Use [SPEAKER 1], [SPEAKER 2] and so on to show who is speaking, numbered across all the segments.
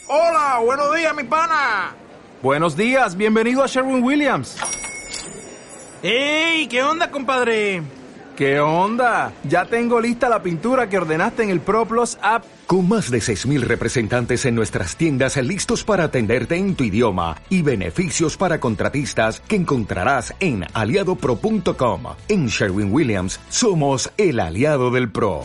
[SPEAKER 1] Hola, buenos días, mi pana.
[SPEAKER 2] Buenos días, bienvenido a Sherwin-Williams.
[SPEAKER 1] ¡Ey! ¿Qué onda, compadre?
[SPEAKER 2] ¿Qué onda? Ya tengo lista la pintura que ordenaste en el ProPlus app.
[SPEAKER 3] Con más de 6,000 representantes en nuestras tiendas listos para atenderte en tu idioma y beneficios para contratistas que encontrarás en aliadopro.com. En Sherwin-Williams somos el aliado del pro.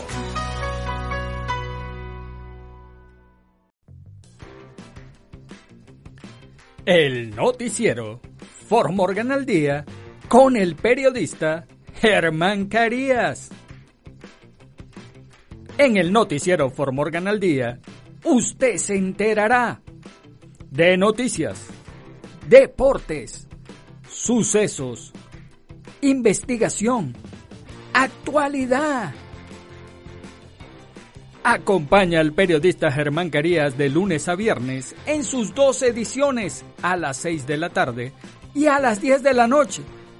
[SPEAKER 4] El noticiero Fort Morgan al día con el periodista Germán Carías. En el noticiero Fort Morgan al día, usted se enterará de noticias, deportes, sucesos, investigación, actualidad. Acompaña al periodista Germán Carías de lunes a viernes en sus 2 ediciones a las 6 de la tarde y a las 10 de la noche.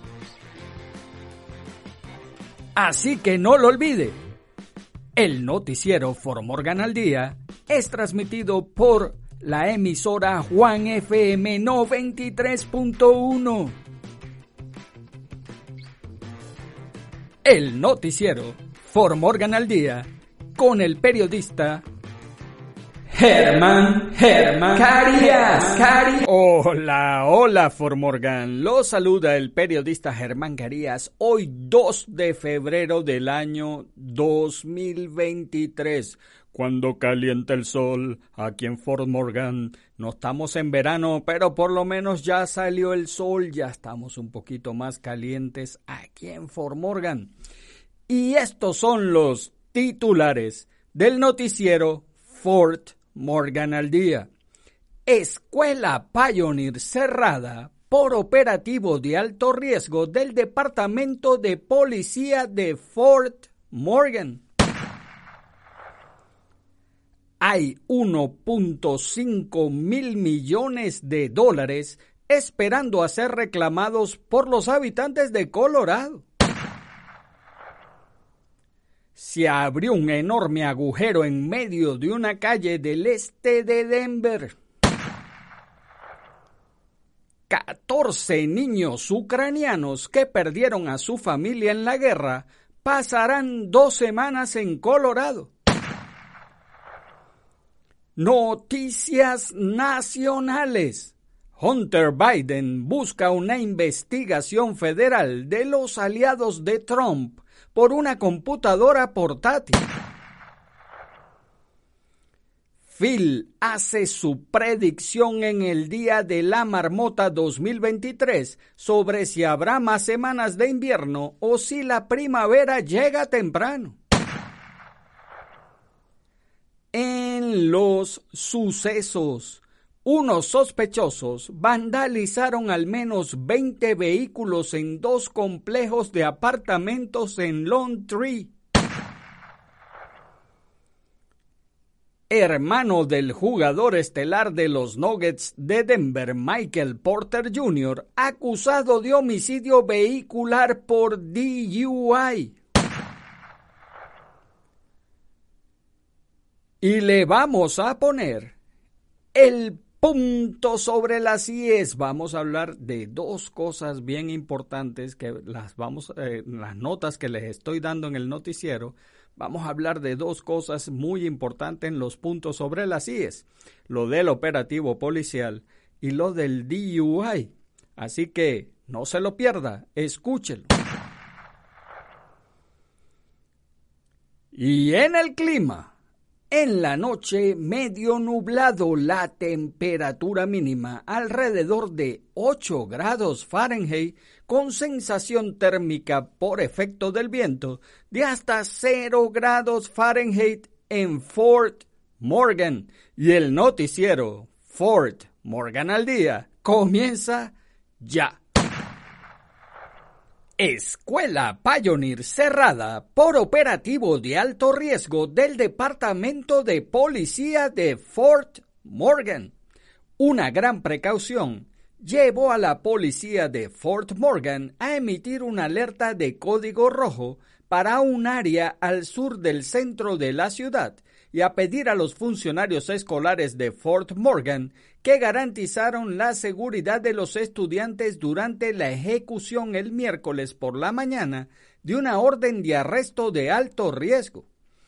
[SPEAKER 4] Así que no lo olvide. El noticiero Fort Morgan al día es transmitido por la emisora Juan FM 93.1. El noticiero Fort Morgan al día con el periodista Germán Carías. Hola Fort Morgan, los saluda el periodista Germán Carías hoy 2 de febrero del año 2023. Cuando calienta el sol aquí en Fort Morgan, no estamos en verano, pero por lo menos ya salió el sol, ya estamos un poquito más calientes aquí en Fort Morgan. Y estos son los titulares del noticiero Fort Morgan al día. Escuela Pioneer cerrada por operativo de alto riesgo del Departamento de Policía de Fort Morgan. Hay 1.5 mil millones de dólares esperando a ser reclamados por los habitantes de Colorado. Se abrió un enorme agujero en medio de una calle del este de Denver. 14 niños ucranianos que perdieron a su familia en la guerra pasarán 2 semanas en Colorado. Noticias nacionales. Hunter Biden busca una investigación federal de los aliados de Trump por una computadora portátil. Phil hace su predicción en el Día de la Marmota 2023 sobre si habrá más semanas de invierno o si la primavera llega temprano. En los sucesos, unos sospechosos vandalizaron al menos 20 vehículos en 2 complejos de apartamentos en Lone Tree. Hermano del jugador estelar de los Nuggets de Denver, Michael Porter Jr., acusado de homicidio vehicular por DUI. Y le vamos a poner el punto sobre las IES. Vamos a hablar de 2 cosas bien importantes que las notas que les estoy dando en el noticiero. Vamos a hablar de 2 cosas muy importantes en los puntos sobre las IES. Lo del operativo policial y lo del DUI. Así que no se lo pierda, escúchelo. Y en el clima. En la noche, medio nublado, la temperatura mínima alrededor de 8 grados Fahrenheit, con sensación térmica por efecto del viento de hasta 0 grados Fahrenheit en Fort Morgan. Y el noticiero Fort Morgan al día comienza ya. Escuela Pioneer cerrada por operativo de alto riesgo del Departamento de Policía de Fort Morgan. Una gran precaución llevó a la policía de Fort Morgan a emitir una alerta de código rojo para un área al sur del centro de la ciudad y a pedir a los funcionarios escolares de Fort Morgan que garantizaron la seguridad de los estudiantes durante la ejecución el miércoles por la mañana de una orden de arresto de alto riesgo.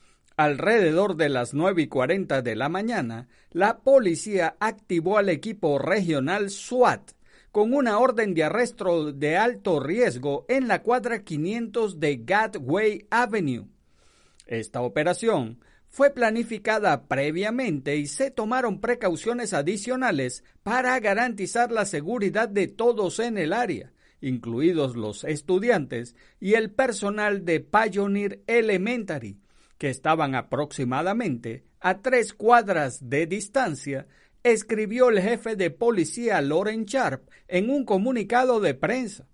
[SPEAKER 4] Alrededor de las 9:40 de la mañana, la policía activó al equipo regional SWAT con una orden de arresto de alto riesgo en la cuadra 500 de Gateway Avenue. Esta operación fue planificada previamente y se tomaron precauciones adicionales para garantizar la seguridad de todos en el área, incluidos los estudiantes y el personal de Pioneer Elementary, que estaban aproximadamente a 3 cuadras de distancia, escribió el jefe de policía Loren Sharp en un comunicado de prensa.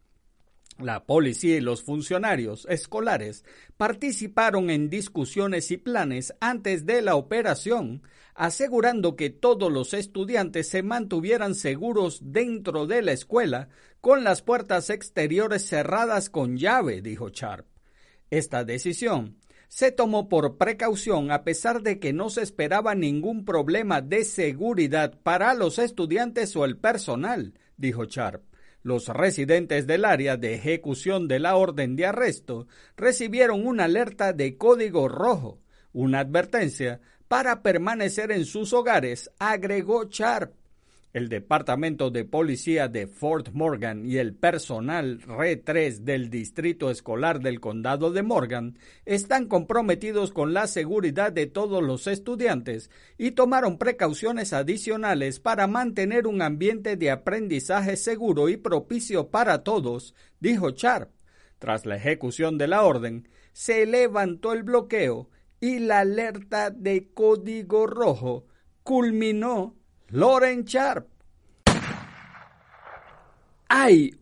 [SPEAKER 4] La policía y los funcionarios escolares participaron en discusiones y planes antes de la operación, asegurando que todos los estudiantes se mantuvieran seguros dentro de la escuela con las puertas exteriores cerradas con llave, dijo Sharp. Esta decisión se tomó por precaución a pesar de que no se esperaba ningún problema de seguridad para los estudiantes o el personal, dijo Sharp. Los residentes del área de ejecución de la orden de arresto recibieron una alerta de código rojo, una advertencia para permanecer en sus hogares, agregó Sharp. El Departamento de Policía de Fort Morgan y el personal R3 del Distrito Escolar del Condado de Morgan están comprometidos con la seguridad de todos los estudiantes y tomaron precauciones adicionales para mantener un ambiente de aprendizaje seguro y propicio para todos, dijo Sharp. Tras la ejecución de la orden, se levantó el bloqueo y la alerta de código rojo culminó Loren Sharp. Hay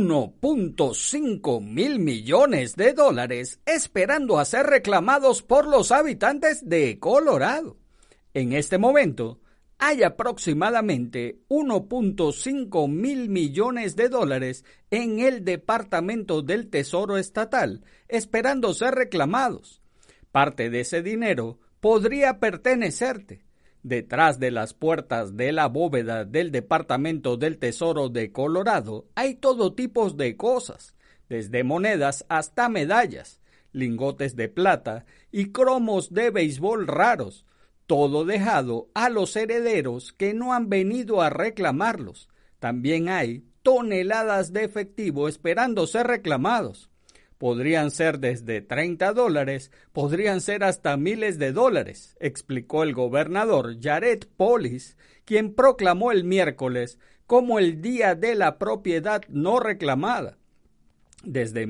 [SPEAKER 4] 1.5 mil millones de dólares esperando a ser reclamados por los habitantes de Colorado. En este momento, hay aproximadamente 1.5 mil millones de dólares en el Departamento del Tesoro Estatal esperando ser reclamados. Parte de ese dinero podría pertenecerte. Detrás de las puertas de la bóveda del Departamento del Tesoro de Colorado hay todo tipo de cosas, desde monedas hasta medallas, lingotes de plata y cromos de béisbol raros, todo dejado a los herederos que no han venido a reclamarlos. También hay toneladas de efectivo esperando ser reclamados. Podrían ser desde $30, podrían ser hasta miles de dólares, explicó el gobernador Jared Polis, quien proclamó el miércoles como el Día de la Propiedad No Reclamada. Desde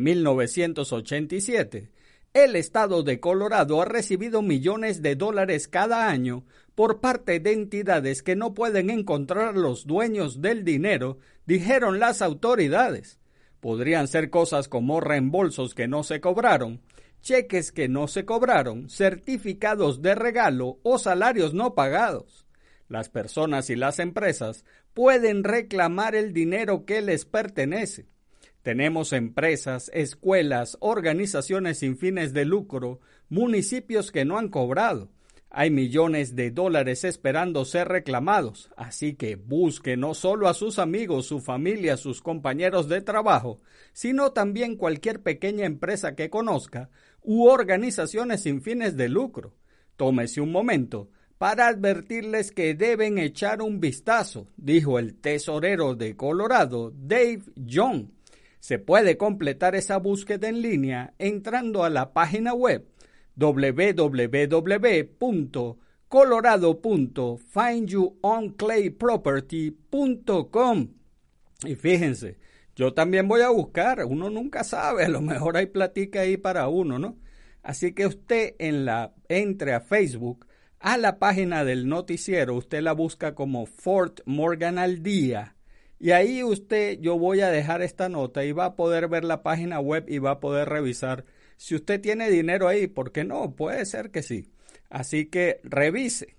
[SPEAKER 4] 1987, el estado de Colorado ha recibido millones de dólares cada año por parte de entidades que no pueden encontrar los dueños del dinero, dijeron las autoridades. Podrían ser cosas como reembolsos que no se cobraron, cheques que no se cobraron, certificados de regalo o salarios no pagados. Las personas y las empresas pueden reclamar el dinero que les pertenece. Tenemos empresas, escuelas, organizaciones sin fines de lucro, municipios que no han cobrado. Hay millones de dólares esperando ser reclamados, así que busque no solo a sus amigos, su familia, sus compañeros de trabajo, sino también cualquier pequeña empresa que conozca u organizaciones sin fines de lucro. Tómese un momento para advertirles que deben echar un vistazo, dijo el tesorero de Colorado, Dave Young. Se puede completar esa búsqueda en línea entrando a la página web www.colorado.findyouonclayproperty.com. Y fíjense, yo también voy a buscar, uno nunca sabe, a lo mejor hay platica ahí para uno, ¿no? Así que usted entre a Facebook, a la página del noticiero, usted la busca como Fort Morgan al Día. Y ahí yo voy a dejar esta nota y va a poder ver la página web y va a poder revisar. Si usted tiene dinero ahí, ¿por qué no? Puede ser que sí. Así que revise.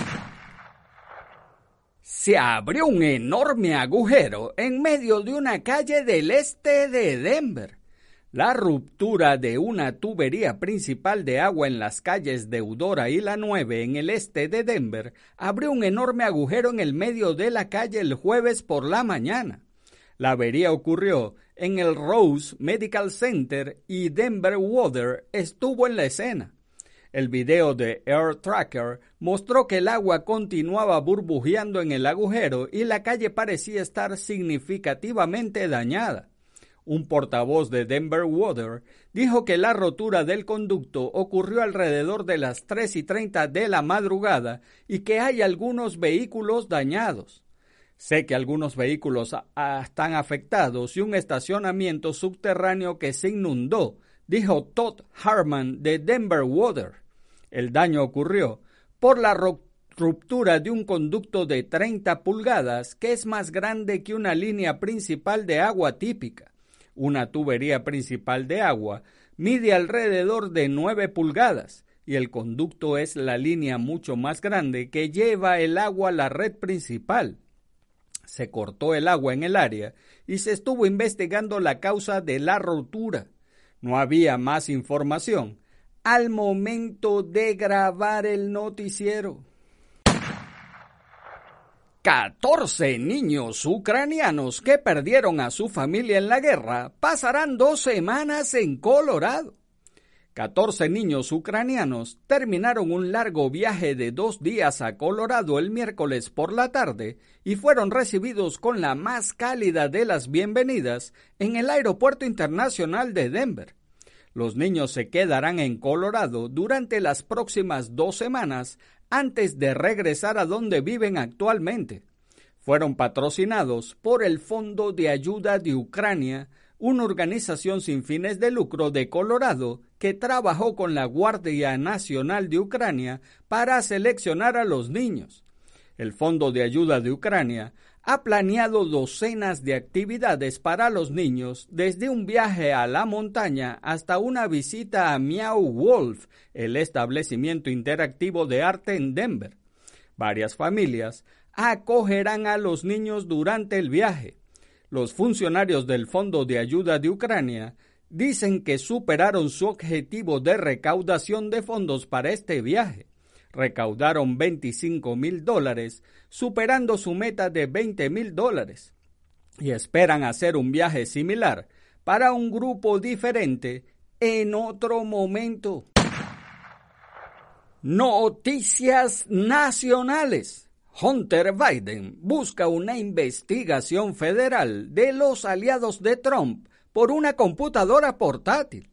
[SPEAKER 4] Se abrió un enorme agujero en medio de una calle del este de Denver. La ruptura de una tubería principal de agua en las calles de Eudora y la 9 en el este de Denver abrió un enorme agujero en el medio de la calle el jueves por la mañana. La avería ocurrió en el Rose Medical Center y Denver Water estuvo en la escena. El video de Air Tracker mostró que el agua continuaba burbujeando en el agujero y la calle parecía estar significativamente dañada. Un portavoz de Denver Water dijo que la rotura del conducto ocurrió alrededor de las 3:30 de la madrugada y que hay algunos vehículos dañados. Sé que algunos vehículos están afectados y un estacionamiento subterráneo que se inundó, dijo Todd Hartman de Denver Water. El daño ocurrió por la ruptura de un conducto de 30 pulgadas que es más grande que una línea principal de agua típica. Una tubería principal de agua mide alrededor de 9 pulgadas y el conducto es la línea mucho más grande que lleva el agua a la red principal. Se cortó el agua en el área y se estuvo investigando la causa de la rotura. No había más información al momento de grabar el noticiero. 14 niños ucranianos que perdieron a su familia en la guerra pasarán 2 semanas en Colorado. 14 niños ucranianos terminaron un largo viaje de 2 días a Colorado el miércoles por la tarde y fueron recibidos con la más cálida de las bienvenidas en el Aeropuerto Internacional de Denver. Los niños se quedarán en Colorado durante las próximas 2 semanas antes de regresar a donde viven actualmente. Fueron patrocinados por el Fondo de Ayuda de Ucrania, una organización sin fines de lucro de Colorado que trabajó con la Guardia Nacional de Ucrania para seleccionar a los niños. El Fondo de Ayuda de Ucrania ha planeado docenas de actividades para los niños, desde un viaje a la montaña hasta una visita a Meow Wolf, el establecimiento interactivo de arte en Denver. Varias familias acogerán a los niños durante el viaje. Los funcionarios del Fondo de Ayuda de Ucrania dicen que superaron su objetivo de recaudación de fondos para este viaje. Recaudaron $25,000, superando su meta de $20,000, y esperan hacer un viaje similar para un grupo diferente en otro momento. Noticias nacionales. Hunter Biden busca una investigación federal de los aliados de Trump por una computadora portátil.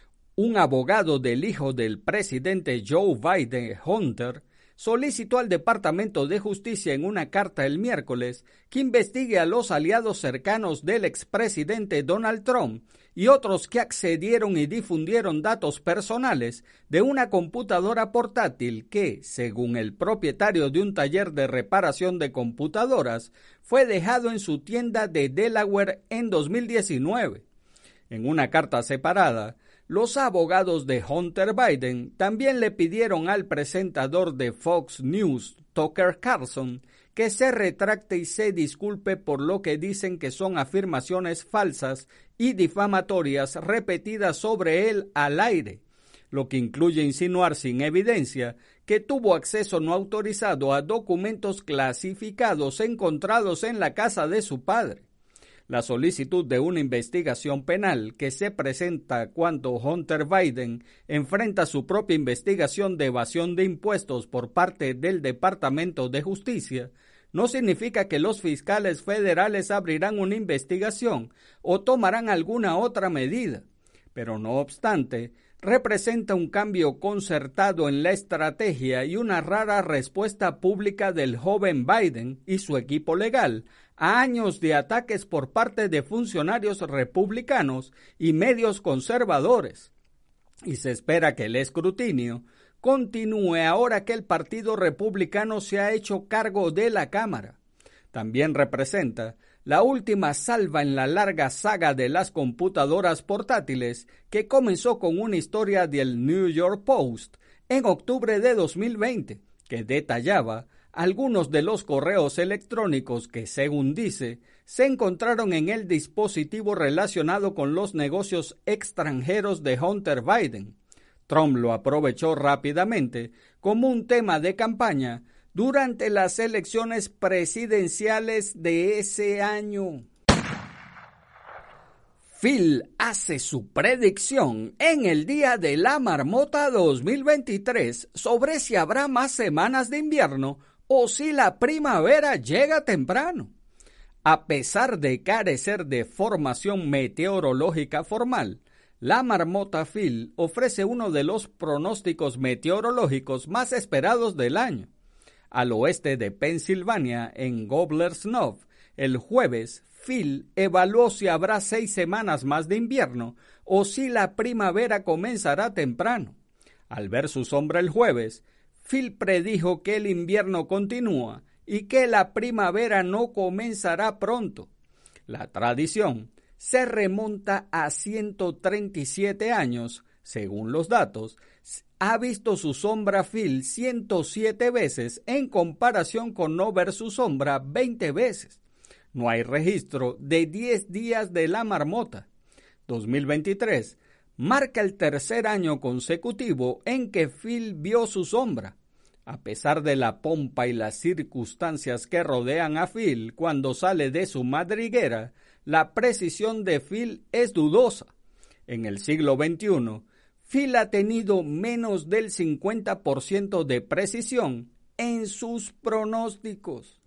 [SPEAKER 4] Un abogado del hijo del presidente Joe Biden, Hunter, solicitó al Departamento de Justicia en una carta el miércoles que investigue a los aliados cercanos del expresidente Donald Trump y otros que accedieron y difundieron datos personales de una computadora portátil que, según el propietario de un taller de reparación de computadoras, fue dejado en su tienda de Delaware en 2019. En una carta separada, los abogados de Hunter Biden también le pidieron al presentador de Fox News, Tucker Carlson, que se retracte y se disculpe por lo que dicen que son afirmaciones falsas y difamatorias repetidas sobre él al aire, lo que incluye insinuar sin evidencia que tuvo acceso no autorizado a documentos clasificados encontrados en la casa de su padre. La solicitud de una investigación penal que se presenta cuando Hunter Biden enfrenta su propia investigación de evasión de impuestos por parte del Departamento de Justicia no significa que los fiscales federales abrirán una investigación o tomarán alguna otra medida, pero no obstante, representa un cambio concertado en la estrategia y una rara respuesta pública del joven Biden y su equipo legal a años de ataques por parte de funcionarios republicanos y medios conservadores. Y se espera que el escrutinio continúe ahora que el Partido Republicano se ha hecho cargo de la Cámara. También representa la última salva en la larga saga de las computadoras portátiles que comenzó con una historia del New York Post en octubre de 2020 que detallaba algunos de los correos electrónicos que, según dice, se encontraron en el dispositivo relacionado con los negocios extranjeros de Hunter Biden. Trump lo aprovechó rápidamente como un tema de campaña durante las elecciones presidenciales de ese año. Phil hace su predicción en el Día de la Marmota 2023 sobre si habrá más semanas de invierno o si la primavera llega temprano. A pesar de carecer de formación meteorológica formal, la marmota Phil ofrece uno de los pronósticos meteorológicos más esperados del año. Al oeste de Pensilvania, en Gobbler's Knob, el jueves, Phil evaluó si habrá 6 semanas más de invierno o si la primavera comenzará temprano. Al ver su sombra el jueves, Phil predijo que el invierno continúa y que la primavera no comenzará pronto. La tradición se remonta a 137 años. Según los datos, ha visto su sombra Phil 107 veces en comparación con no ver su sombra 20 veces. No hay registro de 10 días de la marmota. 2023 marca el tercer año consecutivo en que Phil vio su sombra. A pesar de la pompa y las circunstancias que rodean a Phil cuando sale de su madriguera, la precisión de Phil es dudosa. En el siglo XXI, Phil ha tenido menos del 50% de precisión en sus pronósticos.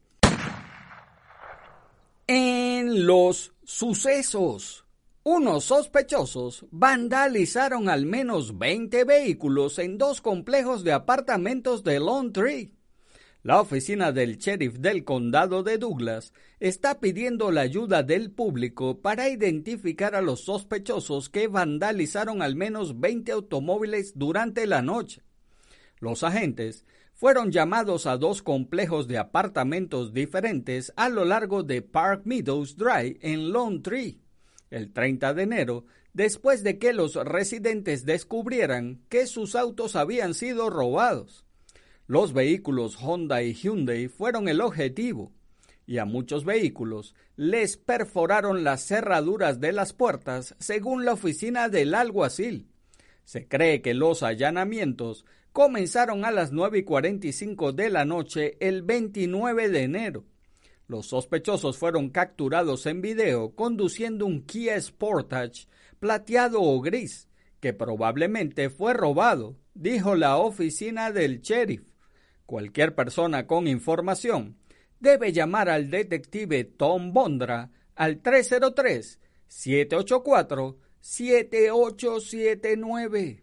[SPEAKER 4] En los sucesos, unos sospechosos vandalizaron al menos 20 vehículos en 2 complejos de apartamentos de Lone Tree. La oficina del sheriff del condado de Douglas está pidiendo la ayuda del público para identificar a los sospechosos que vandalizaron al menos 20 automóviles durante la noche. Los agentes fueron llamados a 2 complejos de apartamentos diferentes a lo largo de Park Meadows Drive en Lone Tree, el 30 de enero, después de que los residentes descubrieran que sus autos habían sido robados. Los vehículos Honda y Hyundai fueron el objetivo, y a muchos vehículos les perforaron las cerraduras de las puertas, según la oficina del alguacil. Se cree que los allanamientos comenzaron a las 9:45 de la noche el 29 de enero. Los sospechosos fueron capturados en video conduciendo un Kia Sportage plateado o gris, que probablemente fue robado, dijo la oficina del sheriff. Cualquier persona con información debe llamar al detective Tom Bondra al 303-784-7879.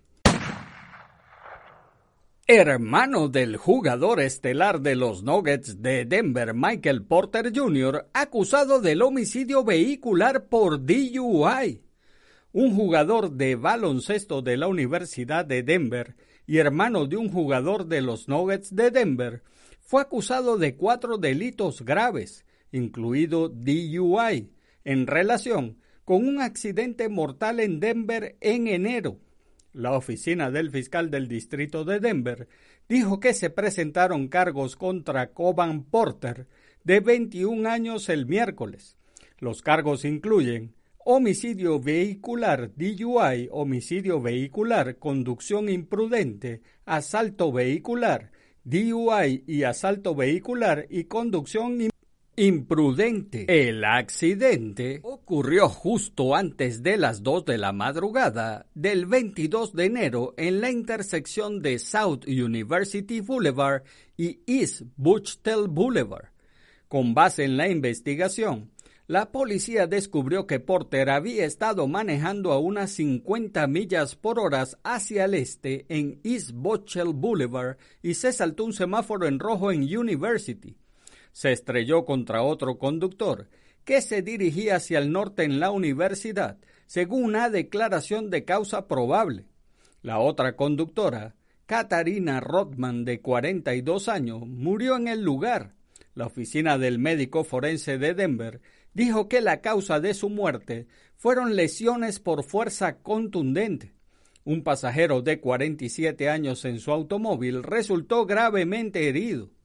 [SPEAKER 4] Hermano del jugador estelar de los Nuggets de Denver, Michael Porter Jr., acusado del homicidio vehicular por DUI. Un jugador de baloncesto de la Universidad de Denver y hermano de un jugador de los Nuggets de Denver, fue acusado de 4 delitos graves, incluido DUI, en relación con un accidente mortal en Denver en enero. La oficina del fiscal del distrito de Denver dijo que se presentaron cargos contra Coban Porter, de 21 años, el miércoles. Los cargos incluyen homicidio vehicular, DUI, homicidio vehicular, conducción imprudente, asalto vehicular, DUI y asalto vehicular y conducción imprudente. El accidente ocurrió justo antes de las 2 de la madrugada del 22 de enero en la intersección de South University Boulevard y East Buchtel Boulevard. Con base en la investigación, la policía descubrió que Porter había estado manejando a unas 50 millas por hora hacia el este en East Buchtel Boulevard y se saltó un semáforo en rojo en University. Se estrelló contra otro conductor que se dirigía hacia el norte en la universidad, según una declaración de causa probable. La otra conductora, Katarina Rothman, de 42 años, murió en el lugar. La oficina del médico forense de Denver dijo que la causa de su muerte fueron lesiones por fuerza contundente. Un pasajero de 47 años en su automóvil resultó gravemente herido.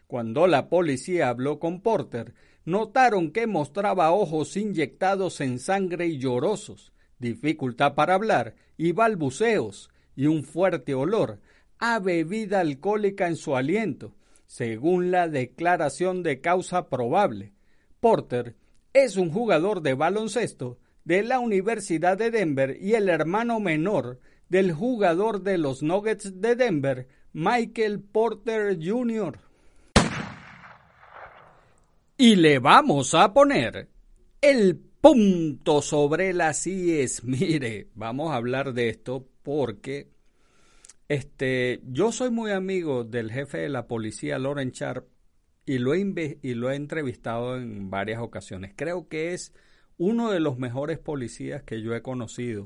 [SPEAKER 4] Cuando la policía habló con Porter, notaron que mostraba ojos inyectados en sangre y llorosos, dificultad para hablar y balbuceos, y un fuerte olor a bebida alcohólica en su aliento, según la declaración de causa probable. Porter es un jugador de baloncesto de la Universidad de Denver y el hermano menor del jugador de los Nuggets de Denver, Michael Porter Jr. Y le vamos a poner el punto sobre las IES. Mire, vamos a hablar de esto porque yo soy muy amigo del jefe de la policía, Loren Sharp, y lo he entrevistado en varias ocasiones. Creo que es uno de los mejores policías que yo he conocido.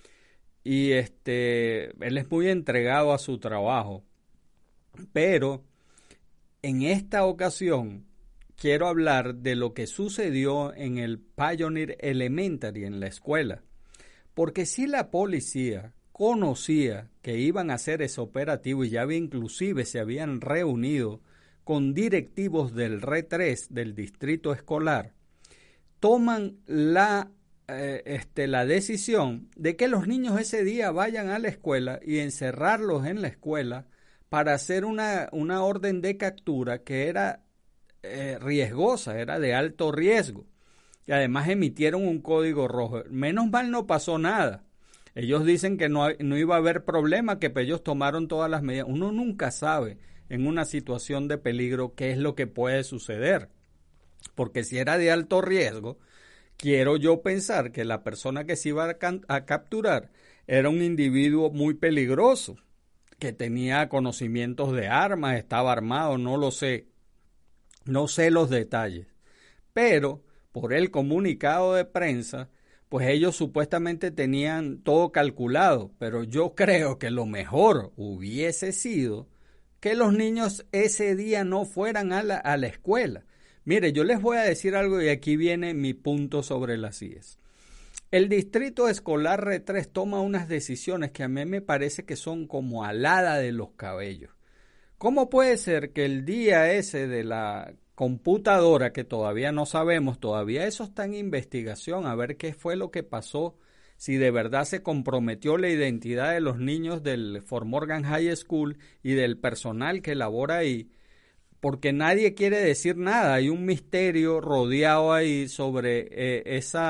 [SPEAKER 4] Y él es muy entregado a su trabajo. Pero en esta ocasión quiero hablar de lo que sucedió en el Pioneer Elementary, en la escuela. Porque si la policía conocía que iban a hacer ese operativo y ya inclusive se habían reunido con directivos del R3 del distrito escolar, toman la decisión de que los niños ese día vayan a la escuela y encerrarlos en la escuela para hacer una orden de captura que era riesgosa, era de alto riesgo. Y además emitieron un código rojo. Menos mal no pasó nada. Ellos dicen que no iba a haber problema, que ellos tomaron todas las medidas. Uno nunca sabe en una situación de peligro qué es lo que puede suceder. Porque si era de alto riesgo, quiero yo pensar que la persona que se iba a capturar era un individuo muy peligroso, que tenía conocimientos de armas, estaba armado, no lo sé. No sé los detalles. Pero por el comunicado de prensa, pues ellos supuestamente tenían todo calculado, pero yo creo que lo mejor hubiese sido que los niños ese día no fueran a la escuela. Mire, yo les voy a decir algo y aquí viene mi punto sobre las IES. El distrito escolar R3 toma unas decisiones que a mí me parece que son como alada de los cabellos. ¿Cómo puede ser que el día ese de la computadora, que todavía no sabemos, todavía eso está en investigación, a ver qué fue lo que pasó, si de verdad se comprometió la identidad de los niños del Fort Morgan High School y del personal que labora ahí, porque nadie quiere decir nada, hay un misterio rodeado ahí sobre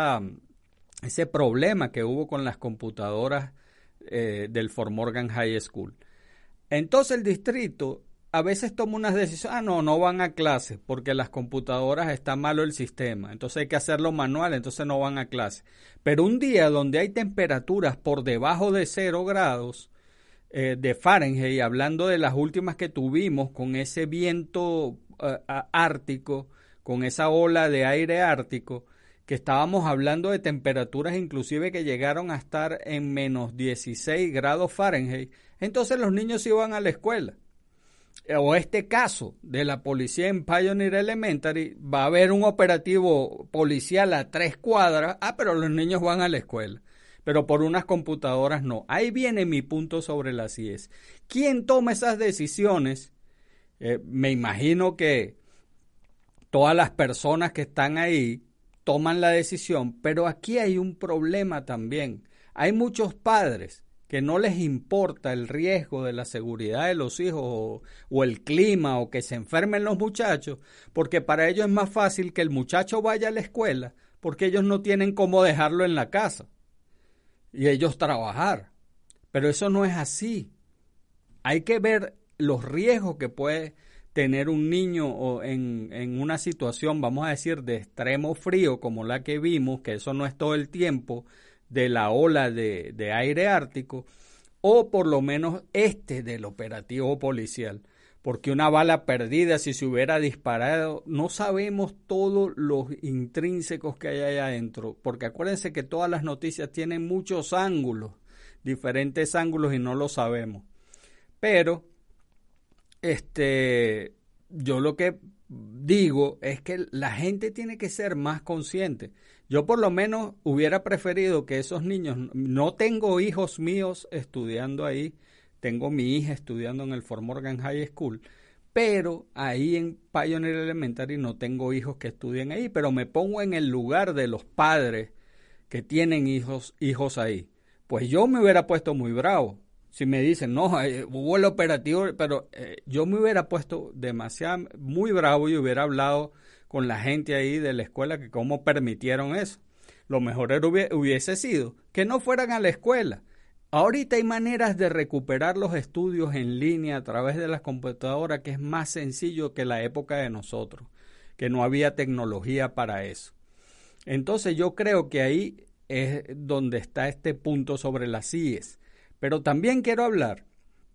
[SPEAKER 4] ese problema que hubo con las computadoras del Fort Morgan High School. Entonces el distrito a veces toma unas decisiones, no van a clase porque las computadoras está malo el sistema, entonces hay que hacerlo manual, entonces no van a clase. Pero un día donde hay temperaturas por debajo de 0 grados de Fahrenheit, hablando de las últimas que tuvimos con ese viento ártico, con esa ola de aire ártico, que estábamos hablando de temperaturas inclusive que llegaron a estar en menos 16 grados Fahrenheit, entonces los niños iban a la escuela. O este caso de la policía en Pioneer Elementary, va a haber un operativo policial a 3 cuadras, pero los niños van a la escuela, pero por unas computadoras no. Ahí viene mi punto sobre las IES. ¿Quién toma esas decisiones? Me imagino que todas las personas que están ahí toman la decisión, pero aquí hay un problema también. Hay muchos padres que no les importa el riesgo de la seguridad de los hijos o el clima o que se enfermen los muchachos, porque para ellos es más fácil que el muchacho vaya a la escuela porque ellos no tienen cómo dejarlo en la casa y ellos trabajar. Pero eso no es así. Hay que ver los riesgos que puede tener un niño o en una situación, vamos a decir, de extremo frío como la que vimos, que eso no es todo el tiempo, de la ola de aire ártico, o por lo menos del operativo policial, porque una bala perdida, si se hubiera disparado, no sabemos todos los intrínsecos que hay allá adentro, porque acuérdense que todas las noticias tienen muchos ángulos, diferentes ángulos y no lo sabemos. Pero yo lo que digo es que la gente tiene que ser más consciente. Yo por lo menos hubiera preferido que esos niños, no tengo hijos míos estudiando ahí, tengo mi hija estudiando en el Fort Morgan High School, pero ahí en Pioneer Elementary no tengo hijos que estudien ahí, pero me pongo en el lugar de los padres que tienen hijos ahí. Pues yo me hubiera puesto muy bravo. Si me dicen, no, hubo el operativo, pero yo me hubiera puesto muy bravo y hubiera hablado con la gente ahí de la escuela que cómo permitieron eso. Lo mejor hubiese sido que no fueran a la escuela. Ahorita hay maneras de recuperar los estudios en línea a través de las computadoras que es más sencillo que la época de nosotros, que no había tecnología para eso. Entonces yo creo que ahí es donde está este punto sobre las IES. Pero también quiero hablar,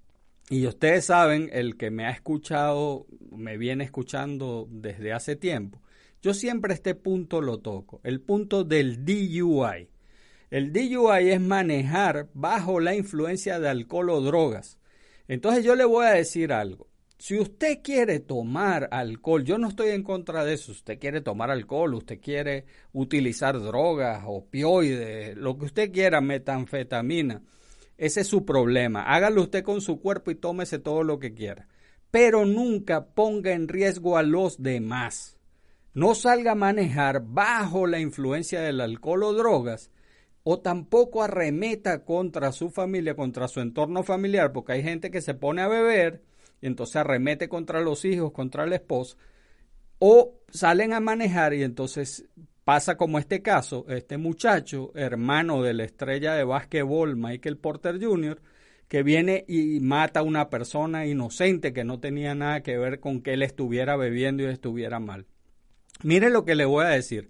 [SPEAKER 4] y ustedes saben, el que me ha escuchado, me viene escuchando desde hace tiempo, yo siempre este punto lo toco, el punto del DUI. El DUI es manejar bajo la influencia de alcohol o drogas. Entonces yo le voy a decir algo. Si usted quiere tomar alcohol, yo no estoy en contra de eso. Usted quiere tomar alcohol, usted quiere utilizar drogas, opioides, lo que usted quiera, metanfetamina. Ese es su problema. Hágalo usted con su cuerpo y tómese todo lo que quiera. Pero nunca ponga en riesgo a los demás. No salga a manejar bajo la influencia del alcohol o drogas, o tampoco arremeta contra su familia, contra su entorno familiar, porque hay gente que se pone a beber y entonces arremete contra los hijos, contra la esposa, o salen a manejar y entonces pasa como este caso, este muchacho, hermano de la estrella de básquetbol Michael Porter Jr., que viene y mata a una persona inocente que no tenía nada que ver con que él estuviera bebiendo y estuviera mal. Mire lo que le voy a decir.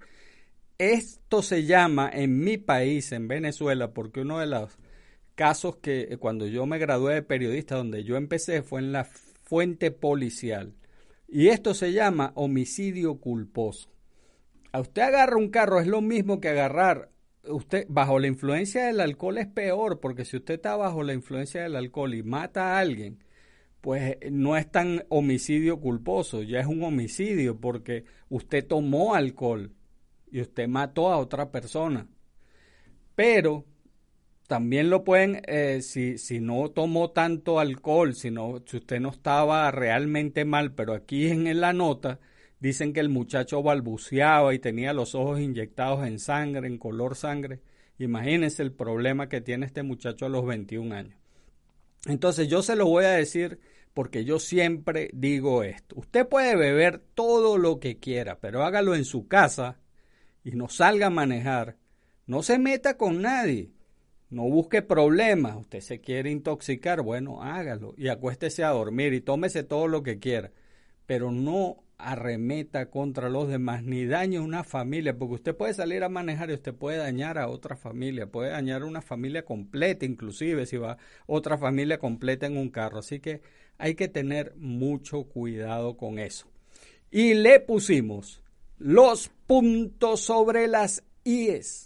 [SPEAKER 4] Esto se llama en mi país, en Venezuela, porque uno de los casos que cuando yo me gradué de periodista, donde yo empecé, fue en la fuente policial. Y esto se llama homicidio culposo. A usted agarra un carro, es lo mismo que agarrar. Usted bajo la influencia del alcohol es peor, porque si usted está bajo la influencia del alcohol y mata a alguien, pues no es tan homicidio culposo, ya es un homicidio porque usted tomó alcohol y usted mató a otra persona. Pero también lo pueden, si no tomó tanto alcohol, si usted no estaba realmente mal, pero aquí en la nota dicen que el muchacho balbuceaba y tenía los ojos inyectados en sangre, en color sangre. Imagínense el problema que tiene este muchacho a los 21 años. Entonces yo se lo voy a decir porque yo siempre digo esto. Usted puede beber todo lo que quiera, pero hágalo en su casa y no salga a manejar. No se meta con nadie. No busque problemas. Usted se quiere intoxicar, bueno, hágalo y acuéstese a dormir y tómese todo lo que quiera. Pero no arremeta contra los demás ni dañe una familia, porque usted puede salir a manejar y usted puede dañar a otra familia, puede dañar a una familia completa, inclusive si va otra familia completa en un carro. Así que hay que tener mucho cuidado con eso. Y le pusimos los puntos sobre las IES.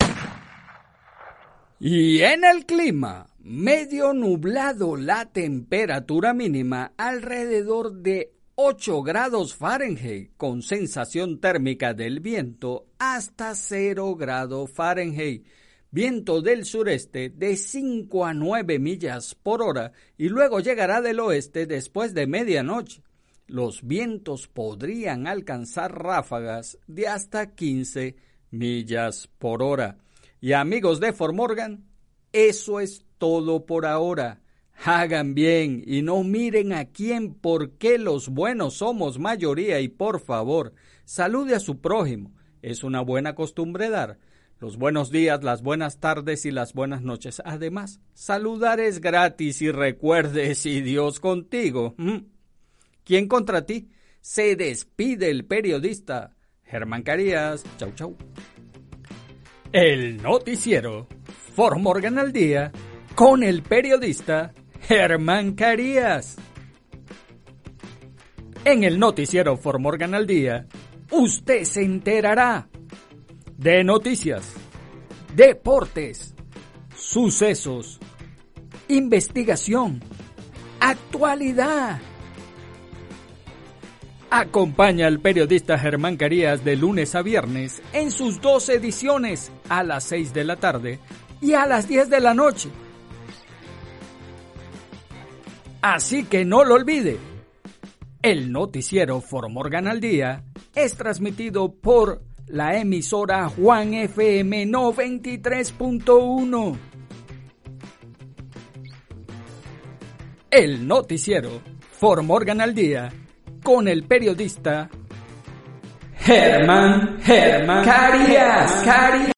[SPEAKER 4] Y en el clima, medio nublado, la temperatura mínima alrededor de 8 grados Fahrenheit, con sensación térmica del viento hasta 0 grados Fahrenheit. Viento del sureste de 5 a 9 millas por hora y luego llegará del oeste después de medianoche. Los vientos podrían alcanzar ráfagas de hasta 15 millas por hora. Y amigos de Fort Morgan, eso es todo por ahora. Hagan bien y no miren a quién, porque los buenos somos mayoría, y por favor, salude a su prójimo. Es una buena costumbre dar los buenos días, las buenas tardes y las buenas noches. Además, saludar es gratis y recuerde, si Dios contigo, ¿quién contra ti? Se despide el periodista Germán Carías. Chau, chau. El noticiero Fort Morgan al día con el periodista Germán Carías. En el noticiero Fort Morgan al día, usted se enterará de noticias, deportes, sucesos, investigación, actualidad. Acompaña al periodista Germán Carías de lunes a viernes en sus 2 ediciones, a las 6 de la tarde y a las 10 de la noche. Así que no lo olvide. El noticiero For Morgan al Día es transmitido por la emisora Juan FM 93.1. El noticiero For Morgan al Día con el periodista Germán Carías.